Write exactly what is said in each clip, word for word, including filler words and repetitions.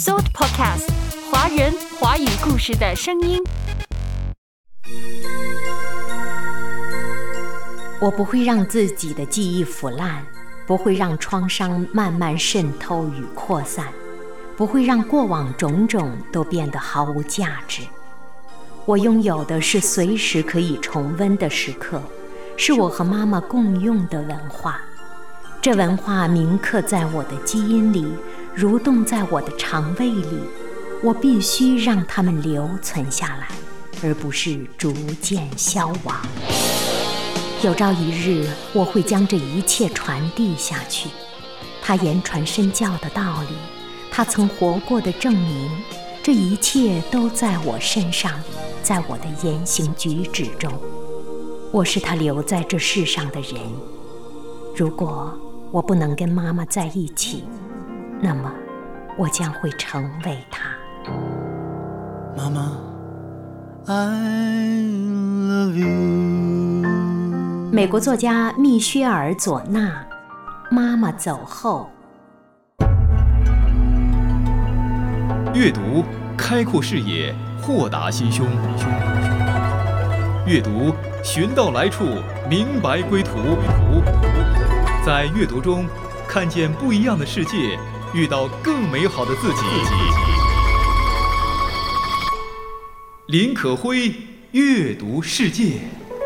Soul Podcast， 华人华语故事的声音。 我不会让自己的记忆腐烂，不会让创伤慢慢渗透与扩散，不会让过往种种都变得毫无价值。我拥有的是随时可以重温的时刻，是我和妈妈共用的文化。这文化铭刻在我的基因里，蠕动在我的肠胃里，我必须让它们留存下来，而不是逐渐消亡。有朝一日，我会将这一切传递下去。他言传身教的道理，他曾活过的证明，这一切都在我身上，在我的言行举止中。我是他留在这世上的人。如果我不能跟妈妈在一起，那么我将会成为她。 妈妈 I love you。 美国作家密歇尔·佐纳，妈妈走后。 阅读开阔视野，豁达心胸。阅读寻到来处，明白归途。在阅读中看见不一样的世界，遇到更美好的自己。林可辉阅读世界。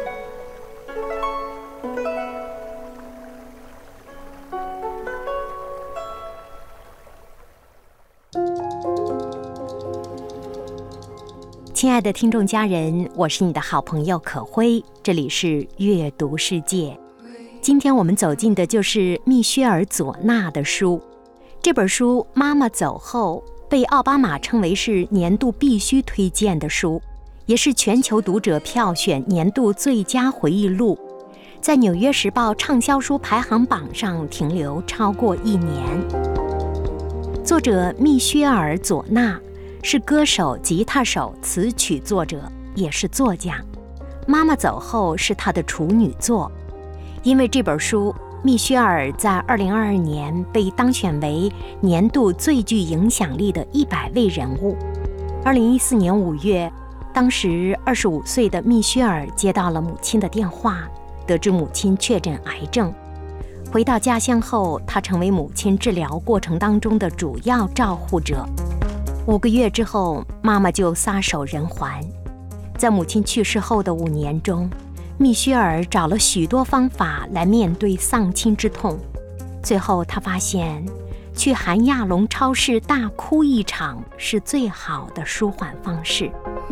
亲爱的听众家人，我是你的好朋友可辉，这里是阅读世界。今天我们走进的就是密歇尔·佐纳的书。这本书《妈妈走后》被奥巴马称为是年度必须推荐的书，也是全球读者票选年度最佳回忆录，在《纽约时报》畅销书排行榜上停留超过一年。作者密歇尔·佐纳是歌手、吉他手、词曲作者，也是作家。妈妈走后是他的处女作。因为这本书，密歇尔在二零二二年被当选为年度最具影响力的一百位人物。二零一四年五月，当时二十五岁的密歇尔接到了母亲的电话，得知母亲确诊癌症。回到家乡后，他成为母亲治疗过程当中的主要照护者。五个月之后，妈妈就撒手人寰。在母亲去世后的五年中，密歇尔找了许多方法来面对丧亲之痛，最后他发现去韩亚龙超市大哭一场是最好的舒缓方式。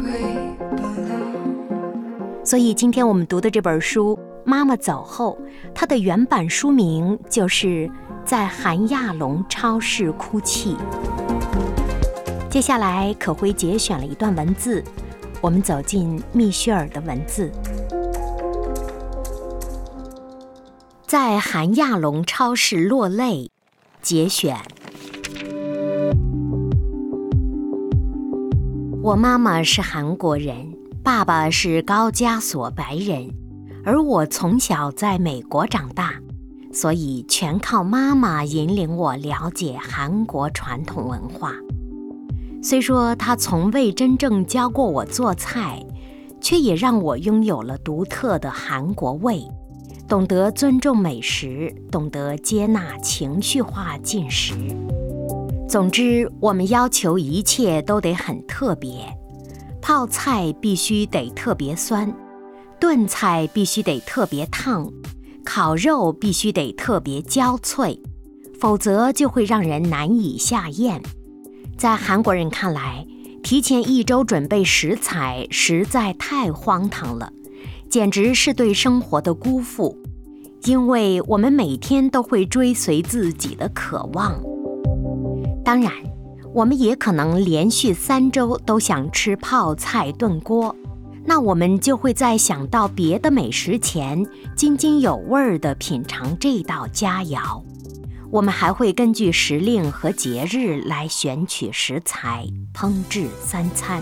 所以今天我们读的这本书《妈妈走后》，它的原版书名就是在韩亚龙超市哭泣。接下来可辉节选了一段文字，我们走进密歇尔的文字。在韩亚龙超市落泪，节选。我妈妈是韩国人，爸爸是高加索白人，而我从小在美国长大，所以全靠妈妈引领我了解韩国传统文化。虽说她从未真正教过我做菜，却也让我拥有了独特的韩国味。懂得尊重美食，懂得接纳情绪化进食。总之，我们要求一切都得很特别。泡菜必须得特别酸，炖菜必须得特别烫，烤肉必须得特别焦脆，否则就会让人难以下咽。在韩国人看来，提前一周准备食材实在太荒唐了，简直是对生活的辜负，因为我们每天都会追随自己的渴望。当然，我们也可能连续三周都想吃泡菜炖锅，那我们就会在想到别的美食前，津津有味地品尝这道佳肴。我们还会根据时令和节日来选取食材，烹制三餐。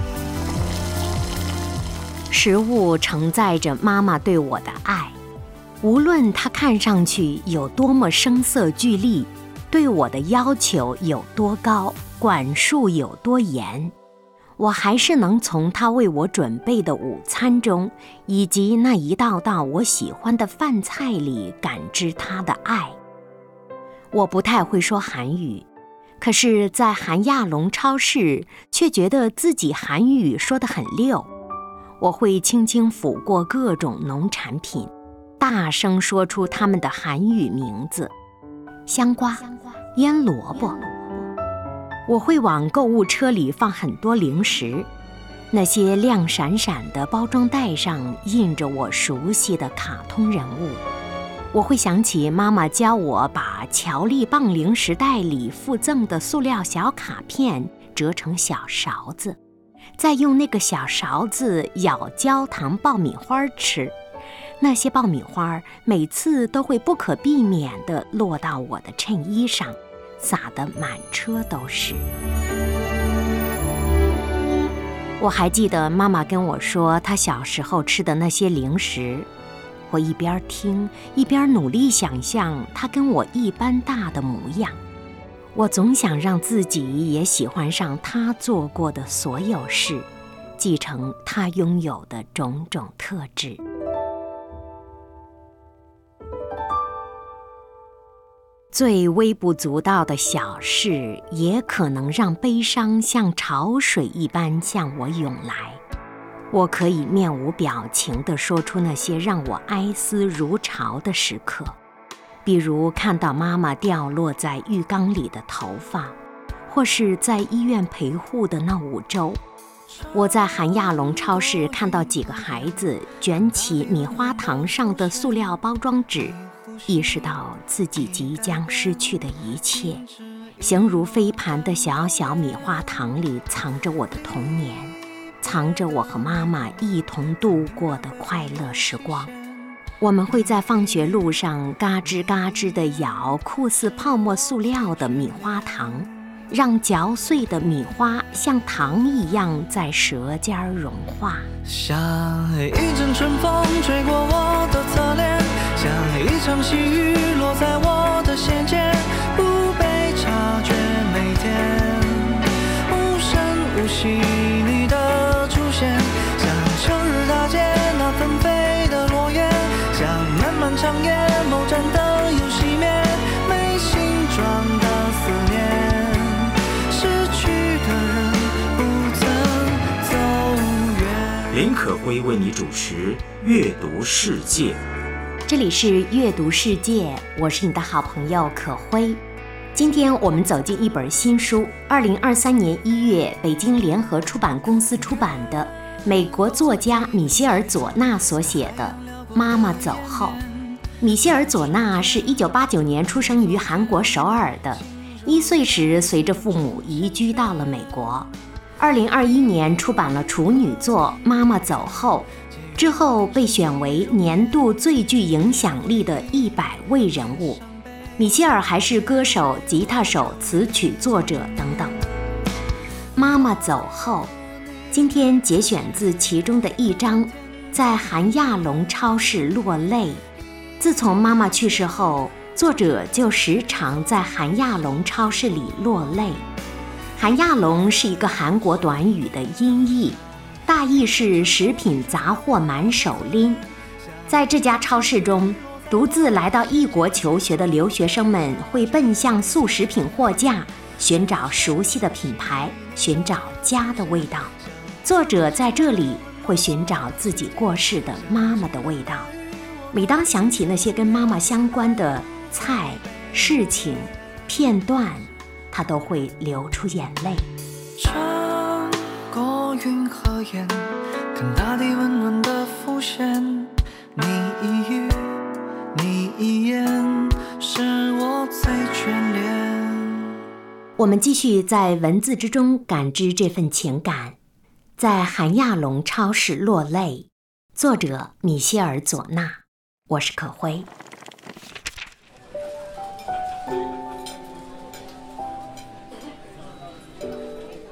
食物承载着妈妈对我的爱， 无论他看上去有多么声色俱厉，对我的要求有多高，管束有多严，我还是能从他为我准备的午餐中，以及那一道道我喜欢的饭菜里感知他的爱。我不太会说韩语，可是在韩亚龙超市却觉得自己韩语说得很溜。我会轻轻抚过各种农产品，大声说出它们的韩语名字：香瓜、腌萝卜。我会往购物车里放很多零食，那些亮闪闪的包装袋上印着我熟悉的卡通人物。我会想起妈妈教我把乔力棒零食袋里附赠的塑料小卡片折成小勺子，再用那个小勺子舀焦糖爆米花吃。那些爆米花每次都会不可避免地落到我的衬衣上，洒得满车都是。我还记得妈妈跟我说她小时候吃的那些零食，我一边听一边努力想象她跟我一般大的模样。我总想让自己也喜欢上她做过的所有事，继承她拥有的种种特质。最微不足道的小事，也可能让悲伤像潮水一般向我涌来。我可以面无表情地说出那些让我哀思如潮的时刻，比如看到妈妈掉落在浴缸里的头发，或是在医院陪护的那五周。我在韩亚龙超市看到几个孩子卷起米花糖上的塑料包装纸，意识到自己即将失去的一切。形如飞盘的小小米花糖里藏着我的童年，藏着我和妈妈一同度过的快乐时光。我们会在放学路上嘎吱嘎吱地咬酷似泡沫塑料的米花糖，让嚼碎的米花像糖一样在舌尖融化。 像一阵春风吹过我的侧脸，像一场细雨落在我的鞋尖，不被察觉，每天无声无息你的出现，像秋日大街那纷飞的落叶，像漫漫长夜某盏灯又熄灭，没形状的思念，失去的人不曾走远。 林可辉为你主持阅读世界。 这里是阅读世界，我是你的好朋友可辉。今天我们走进一本新书，二零二三年一月北京联合出版公司出版的美国作家米歇尔·佐纳所写的《妈妈走后》。米歇尔·佐纳是一九八九年出生于韩国首尔的，一岁时随着父母移居到了美国。二零二一年出版了处女作《妈妈走后》，之后被选为年度最具影响力的一百位人物。米歇尔还是歌手、吉他手、词曲作者等等。妈妈走后，今天节选自其中的一章，在韩亚龙超市落泪。自从妈妈去世后，作者就时常在韩亚龙超市里落泪。韩亚龙是一个韩国短语的音译，大意是食品杂货满手拎。在这家超市中，独自来到异国求学的留学生们会奔向速食品货架，寻找熟悉的品牌，寻找家的味道。作者在这里会寻找自己过世的妈妈的味道。每当想起那些跟妈妈相关的菜、事情、片段，他都会流出眼泪。 穿过云和烟，看大地温暖的浮现，你一语你一言，是我最眷恋。 我们继续在文字之中感知这份情感。在韩亚龙超市落泪，作者米歇尔·佐纳。我是可辉。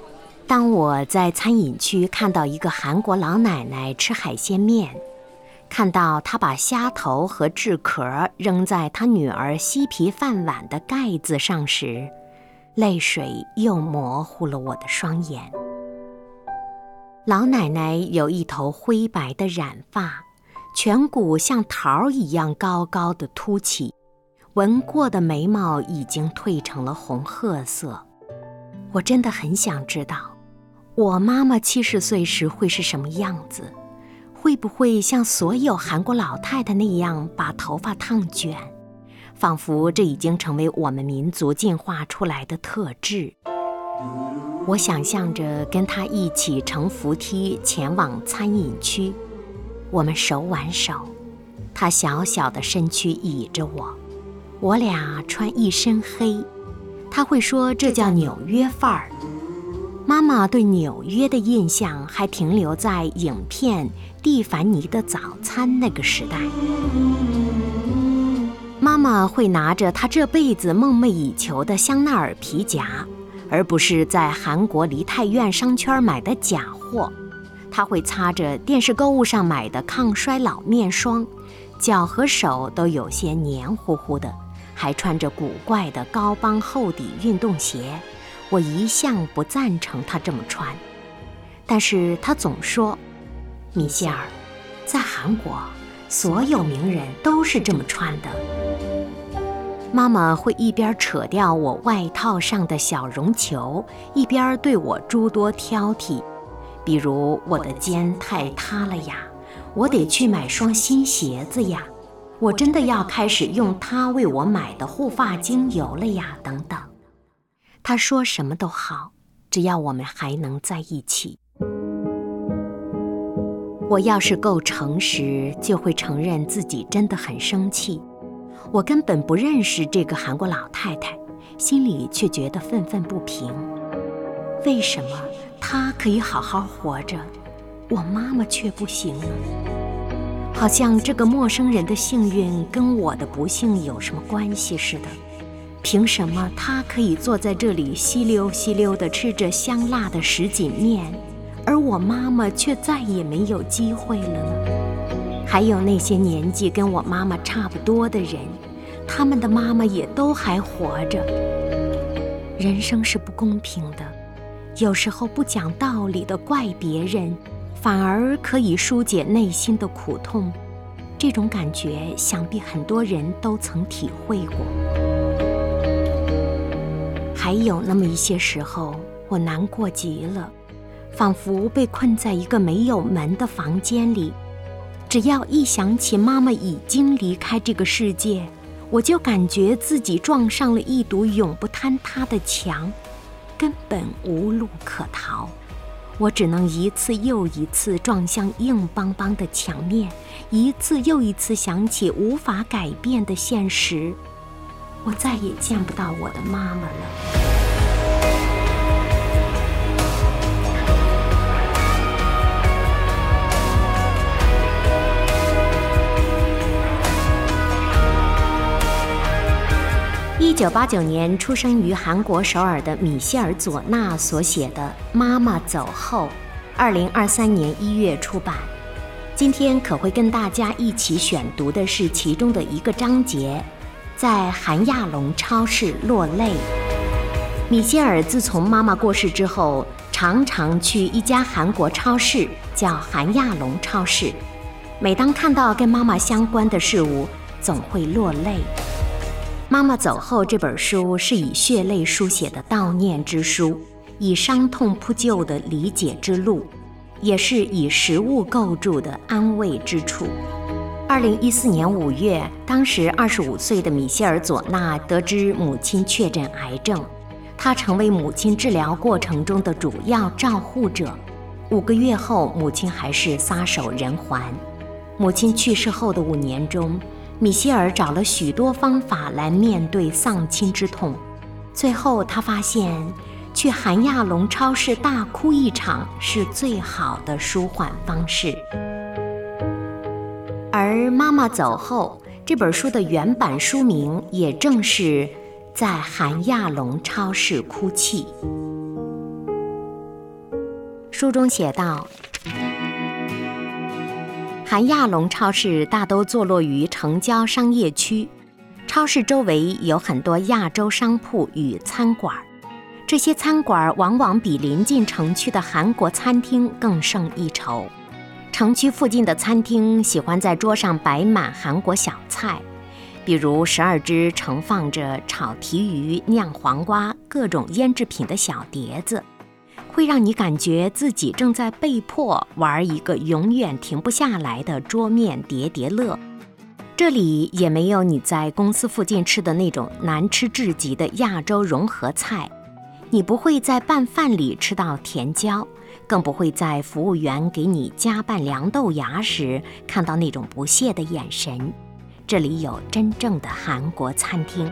当我在餐饮区看到一个韩国老奶奶吃海鲜面， 看到他把虾头和炙壳扔在他女儿西皮饭碗的盖子上时，泪水又模糊了我的双眼。老奶奶有一头灰白的染发，颧骨像桃一样高高的凸起，纹过的眉毛已经褪成了红褐色。我真的很想知道，我妈妈七十岁时会是什么样子，会不会像所有韩国老太太那样把头发烫卷，仿佛这已经成为我们民族进化出来的特质。我想象着跟她一起乘扶梯前往餐饮区，我们手挽手，她小小的身躯倚着我，我俩穿一身黑，她会说这叫纽约范儿。妈妈对纽约的印象还停留在影片《蒂凡尼的早餐》那个时代。妈妈会拿着她这辈子梦寐以求的香奈儿皮夹，而不是在韩国梨泰院商圈买的假货。她会擦着电视购物上买的抗衰老面霜，脚和手都有些黏糊糊的，还穿着古怪的高帮厚底运动鞋。我一向不赞成她这么穿，但是她总说，米歇尔，在韩国所有名人都是这么穿的。妈妈会一边扯掉我外套上的小绒球，一边对我诸多挑剔，比如我的肩太塌了呀，我得去买双新鞋子呀，我真的要开始用她为我买的护发精油了呀，等等。她说什么都好，只要我们还能在一起。我要是够诚实，就会承认自己真的很生气。我根本不认识这个韩国老太太，心里却觉得愤愤不平。为什么她可以好好活着，我妈妈却不行呢？好像这个陌生人的幸运跟我的不幸有什么关系似的。凭什么她可以坐在这里吸溜吸溜地吃着香辣的什锦面，而我妈妈却再也没有机会了呢？还有那些年纪跟我妈妈差不多的人，他们的妈妈也都还活着。人生是不公平的，有时候不讲道理的怪别人，反而可以疏解内心的苦痛。这种感觉想必很多人都曾体会过。还有那么一些时候，我难过极了，仿佛被困在一个没有门的房间里。只要一想起妈妈已经离开这个世界，我就感觉自己撞上了一堵永不坍塌的墙，根本无路可逃。我只能一次又一次撞向硬邦邦的墙面，一次又一次想起无法改变的现实，我再也见不到我的妈妈了。一九八九年出生于韩国首尔的米歇尔·佐纳所写的《妈妈走后》，二零二三年一月出版。今天可会跟大家一起选读的是其中的一个章节，在韩亚龙超市落泪。米歇尔自从妈妈过世之后，常常去一家韩国超市，叫韩亚龙超市。每当看到跟妈妈相关的事物，总会落泪。妈妈走后这本书是以血泪书写的悼念之书，以伤痛铺就的理解之路，也是以实物构筑的安慰之处。二零一四年五月，当时二十五岁的米歇尔·佐纳得知母亲确诊癌症，他成为母亲治疗过程中的主要照护者。五个月后，母亲还是撒手人寰。母亲去世后的五年中，米歇尔找了许多方法来面对丧亲之痛，最后他发现去韩亚龙超市大哭一场是最好的舒缓方式。而妈妈走后这本书的原版书名也正是在韩亚龙超市哭泣。书中写道， 韩亚龙超市大都坐落于城郊商业区，超市周围有很多亚洲商铺与餐馆，这些餐馆往往比临近城区的韩国餐厅更胜一筹。城区附近的餐厅喜欢在桌上摆满韩国小菜，比如十二只盛放着炒提鱼、酿黄瓜、各种腌制品的小碟子，会让你感觉自己正在被迫玩一个永远停不下来的桌面叠叠乐。这里也没有你在公司附近吃的那种难吃至极的亚洲融合菜，你不会在拌饭里吃到甜椒，更不会在服务员给你加拌凉豆芽时看到那种不屑的眼神。这里有真正的韩国餐厅。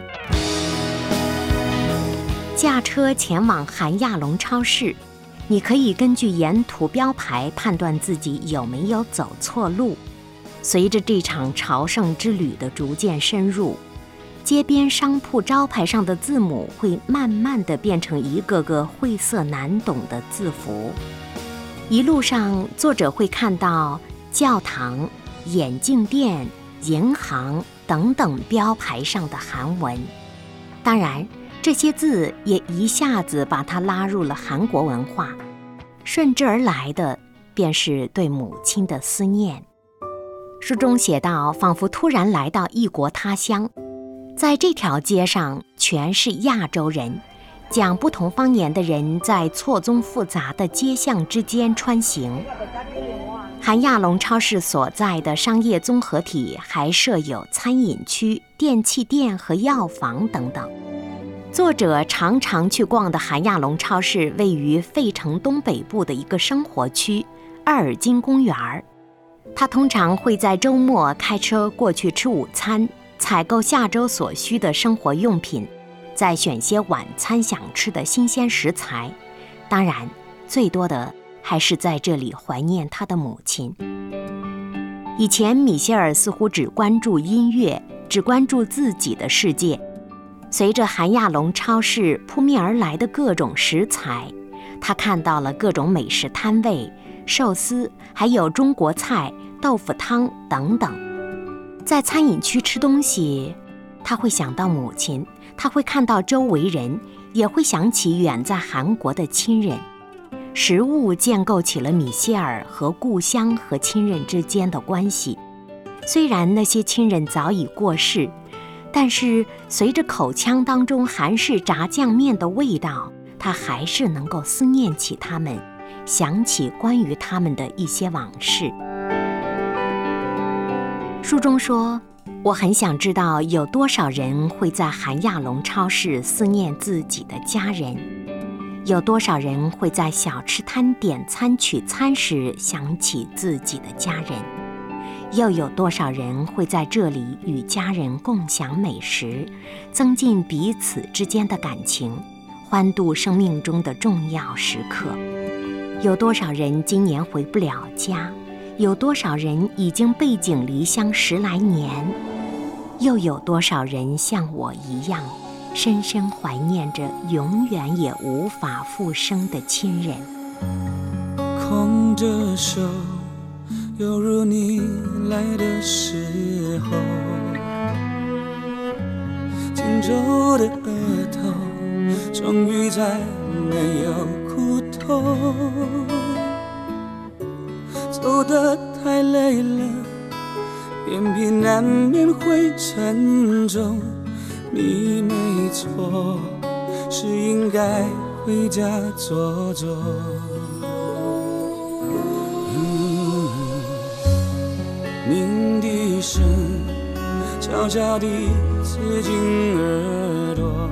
驾车前往韩亚龙超市，你可以根据沿途标牌判断自己有没有走错路。随着这场朝圣之旅的逐渐深入，街边商铺招牌上的字母会慢慢地变成一个个晦涩难懂的字符。一路上，作者会看到教堂、眼镜店、银行等等标牌上的韩文。当然，这些字也一下子把他拉入了韩国文化，顺之而来的便是对母亲的思念。书中写道，仿佛突然来到异国他乡，在这条街上全是亚洲人，讲不同方言的人在错综复杂的街巷之间穿行。韩亚龙超市所在的商业综合体还设有餐饮区、电器店和药房等等。作者常常去逛的韩亚龙超市位于费城东北部的一个生活区二尔金公园。他通常会在周末开车过去吃午餐，采购下周所需的生活用品，再选些晚餐想吃的新鲜食材。当然，最多的还是在这里怀念他的母亲。以前米歇尔似乎只关注音乐，只关注自己的世界。随着韩亚龙超市扑面而来的各种食材，他看到了各种美食摊位、寿司，还有中国菜、豆腐汤等等。在餐饮区吃东西，他会想到母亲，他会看到周围人，也会想起远在韩国的亲人。食物建构起了米歇尔和故乡和亲人之间的关系。虽然那些亲人早已过世，但是随着口腔当中韩式炸酱面的味道，他还是能够思念起他们，想起关于他们的一些往事。书中说，我很想知道有多少人会在韩亚龙超市思念自己的家人，有多少人会在小吃摊点餐取餐时想起自己的家人，又有多少人会在这里与家人共享美食，增进彼此之间的感情，欢度生命中的重要时刻。有多少人今年回不了家，有多少人已经背井离乡十来年，又有多少人像我一样深深怀念着永远也无法复生的亲人。 空着手，犹如你来的时候，紧皱的额头终于再没有苦痛，走得太累了，眼皮难免会沉重。你没错，是应该回家坐坐。嗯，鸣笛声悄悄地刺进耳朵，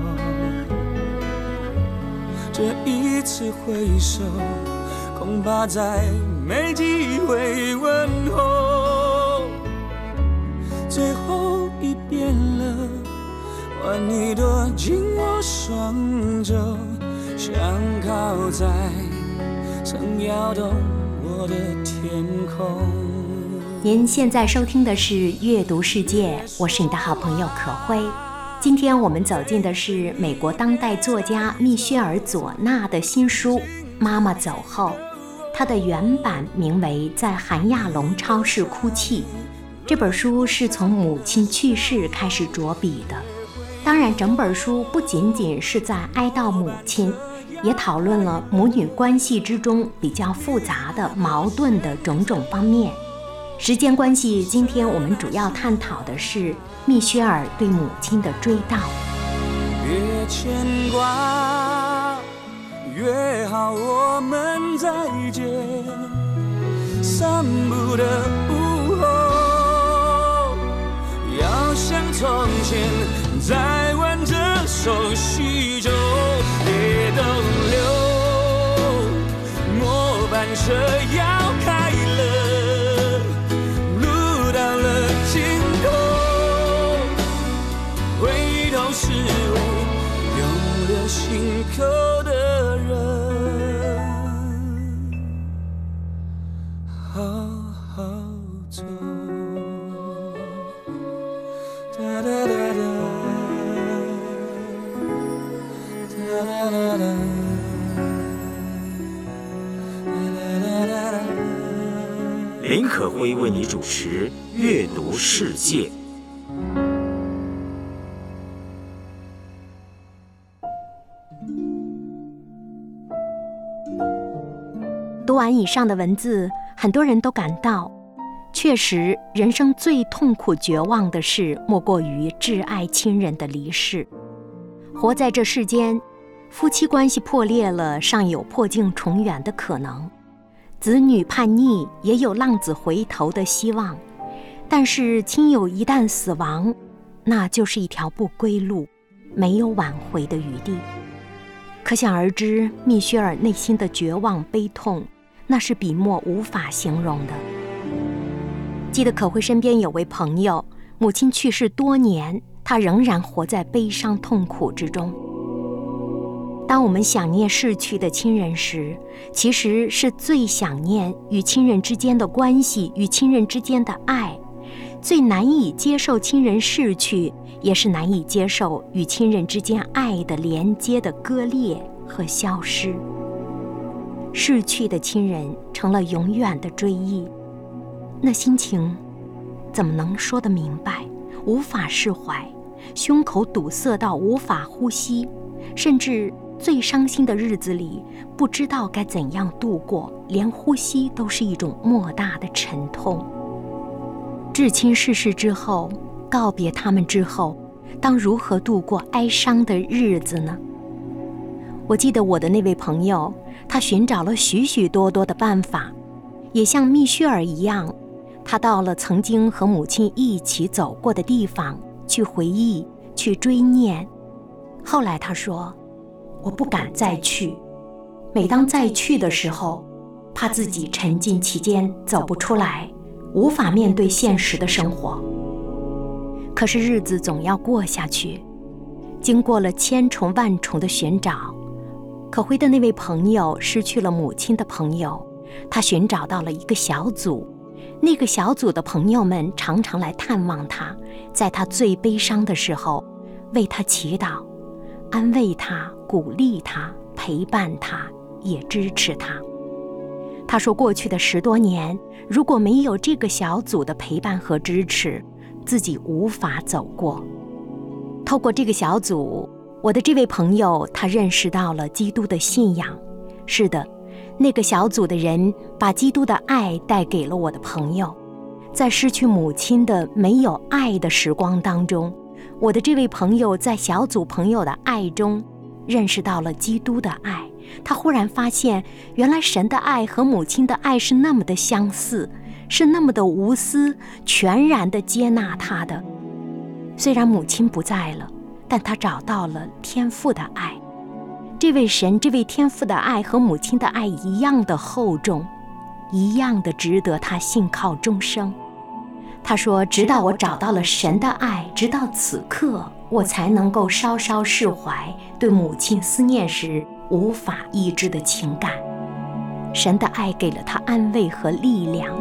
这一次挥手，恐怕再没机会问候。最后一遍了，换你躲进我双肘，想靠在曾摇动我的天空。 您现在收听的是阅读世界，我是你的好朋友可辉。今天我们走进的是美国当代作家密歇尔·佐纳的新书《妈妈走后》。 它的原版名为《在韩亚龙超市哭泣》。这本书是从母亲去世开始着笔的。当然，整本书不仅仅是在哀悼母亲，也讨论了母女关系之中比较复杂的矛盾的种种方面。时间关系，今天我们主要探讨的是蜜歇尔对母亲的追悼。 别牵挂，约好我们再见。散步的午后，要像从前再挽着手叙旧。别逗留，末班车要开了，路到了尽头，回头是为永留心口的人，好好走。哒哒哒哒，哒哒哒哒， 林可辉为你主持《阅读世界》。 读完以上的文字，很多人都感到，确实人生最痛苦绝望的事莫过于挚爱亲人的离世。活在这世间，夫妻关系破裂了，尚有破镜重圆的可能，子女叛逆也有浪子回头的希望，但是亲友一旦死亡，那就是一条不归路，没有挽回的余地。可想而知，蜜歇尔内心的绝望悲痛，那是笔墨无法形容的。记得可辉身边有位朋友，母亲去世多年，他仍然活在悲伤痛苦之中。当我们想念逝去的亲人时，其实是最想念与亲人之间的关系，与亲人之间的爱。最难以接受亲人逝去，也是难以接受与亲人之间爱的连接的割裂和消失。逝去的亲人成了永远的追忆，那心情怎么能说得明白？无法释怀，胸口堵塞到无法呼吸，甚至最伤心的日子里不知道该怎样度过，连呼吸都是一种莫大的沉痛。至亲逝世之后，告别他们之后，当如何度过哀伤的日子呢？我记得我的那位朋友，他寻找了许许多多的办法，也像蜜歇尔一样，他到了曾经和母亲一起走过的地方，去回忆，去追念。后来他说，我不敢再去，每当再去的时候，怕自己沉浸其间走不出来，无法面对现实的生活。可是日子总要过下去，经过了千重万重的寻找，可辉的那位朋友失去了母亲的朋友，他寻找到了一个小组，那个小组的朋友们常常来探望他，在他最悲伤的时候为他祈祷，安慰他，鼓励他，陪伴他，也支持他。他说，过去的十多年，如果没有这个小组的陪伴和支持，自己无法走过。透过这个小组，我的这位朋友他认识到了基督的信仰。是的，那个小组的人把基督的爱带给了我的朋友。在失去母亲的没有爱的时光当中，我的这位朋友在小组朋友的爱中认识到了基督的爱。他忽然发现，原来神的爱和母亲的爱是那么的相似，是那么的无私，全然的接纳他的。虽然母亲不在了，但他找到了天父的爱。这位神，这位天父的爱和母亲的爱一样的厚重，一样的值得他信靠终生。他说，直到我找到了神的爱，直到此刻，我才能够稍稍释怀对母亲思念时无法抑制的情感。神的爱给了他安慰和力量。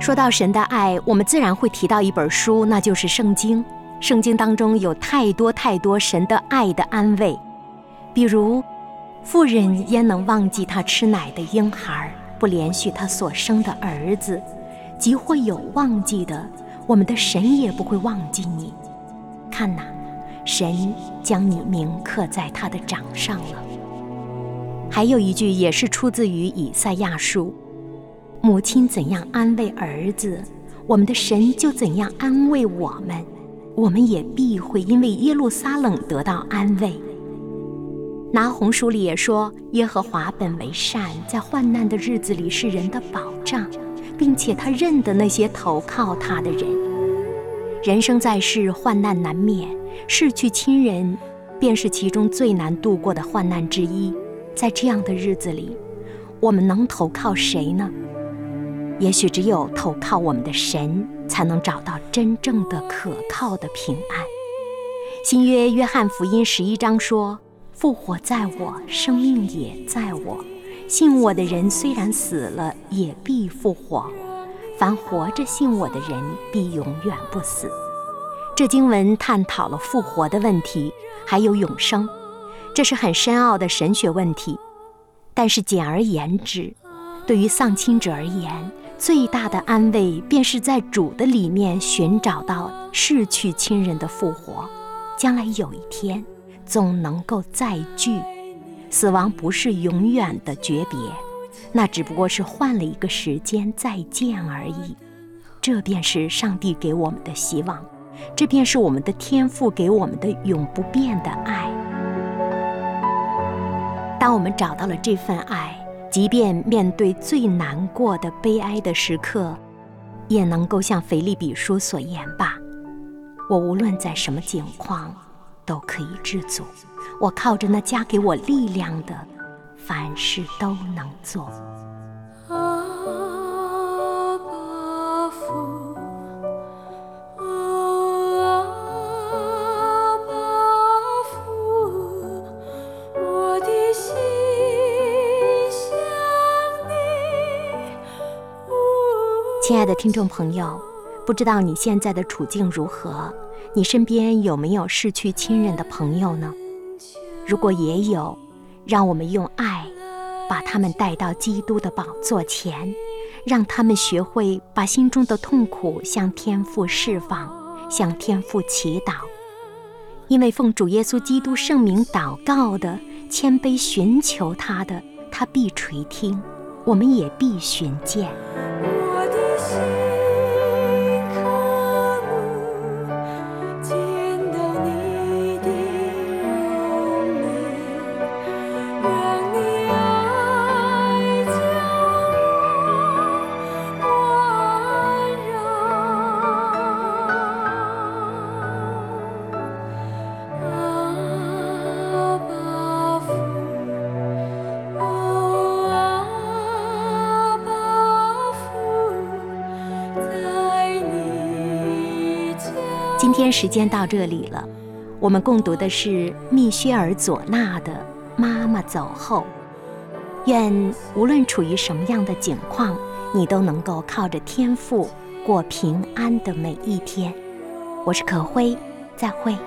说到神的爱，我们自然会提到一本书，那就是圣经。圣经当中有太多太多神的爱的安慰，比如妇人焉能忘记她吃奶的婴孩，不怜恤她所生的儿子？即会有忘记的，我们的神也不会忘记你。看哪，神将你铭刻在他的掌上了。还有一句也是出自于以赛亚书，母亲怎样安慰儿子，我们的神就怎样安慰我们，我们也必会因为耶路撒冷得到安慰。拿红书里也说，耶和华本为善，在患难的日子里是人的保障，并且他认得那些投靠他的人。人生在世，患难难免，逝去亲人便是其中最难度过的患难之一。在这样的日子里，我们能投靠谁呢？也许只有投靠我们的神，才能找到真正的可靠的平安。新约约翰福音十一章说，复活在我，生命也在我，信我的人虽然死了，也必复活，凡活着信我的人必永远不死。这经文探讨了复活的问题，还有永生，这是很深奥的神学问题。但是简而言之，对于丧亲者而言，最大的安慰便是在主的里面寻找到逝去亲人的复活，将来有一天总能够再聚。死亡不是永远的诀别，那只不过是换了一个时间再见而已。这便是上帝给我们的希望，这便是我们的天父给我们的永不变的爱。当我们找到了这份爱，即便面对最难过的悲哀的时刻，也能够像腓立比书所言吧，我无论在什么境况都可以知足，我靠着那加给我力量的，凡事都能做。亲爱的听众朋友，不知道你现在的处境如何？你身边有没有逝去亲人的朋友呢？如果也有，让我们用爱把他们带到基督的宝座前，让他们学会把心中的痛苦向天父释放，向天父祈祷。因为奉主耶稣基督圣名祷告的，谦卑寻求他的，他必垂听，我们也必寻见。今天时间到这里了，我们共读的是密歇尔·佐纳的《妈妈走后》。愿无论处于什么样的境况，你都能够靠着天父过平安的每一天。我是可辉，再会。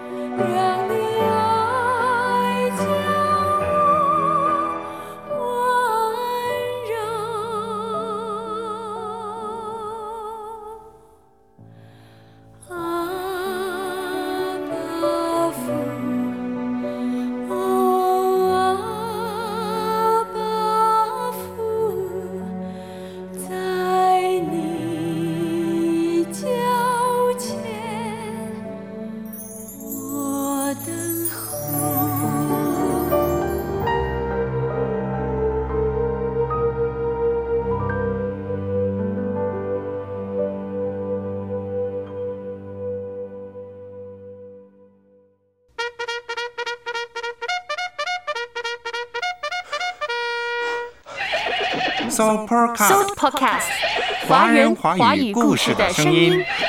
Soul Podcast， Soul Podcast， 华人华语故事的声音。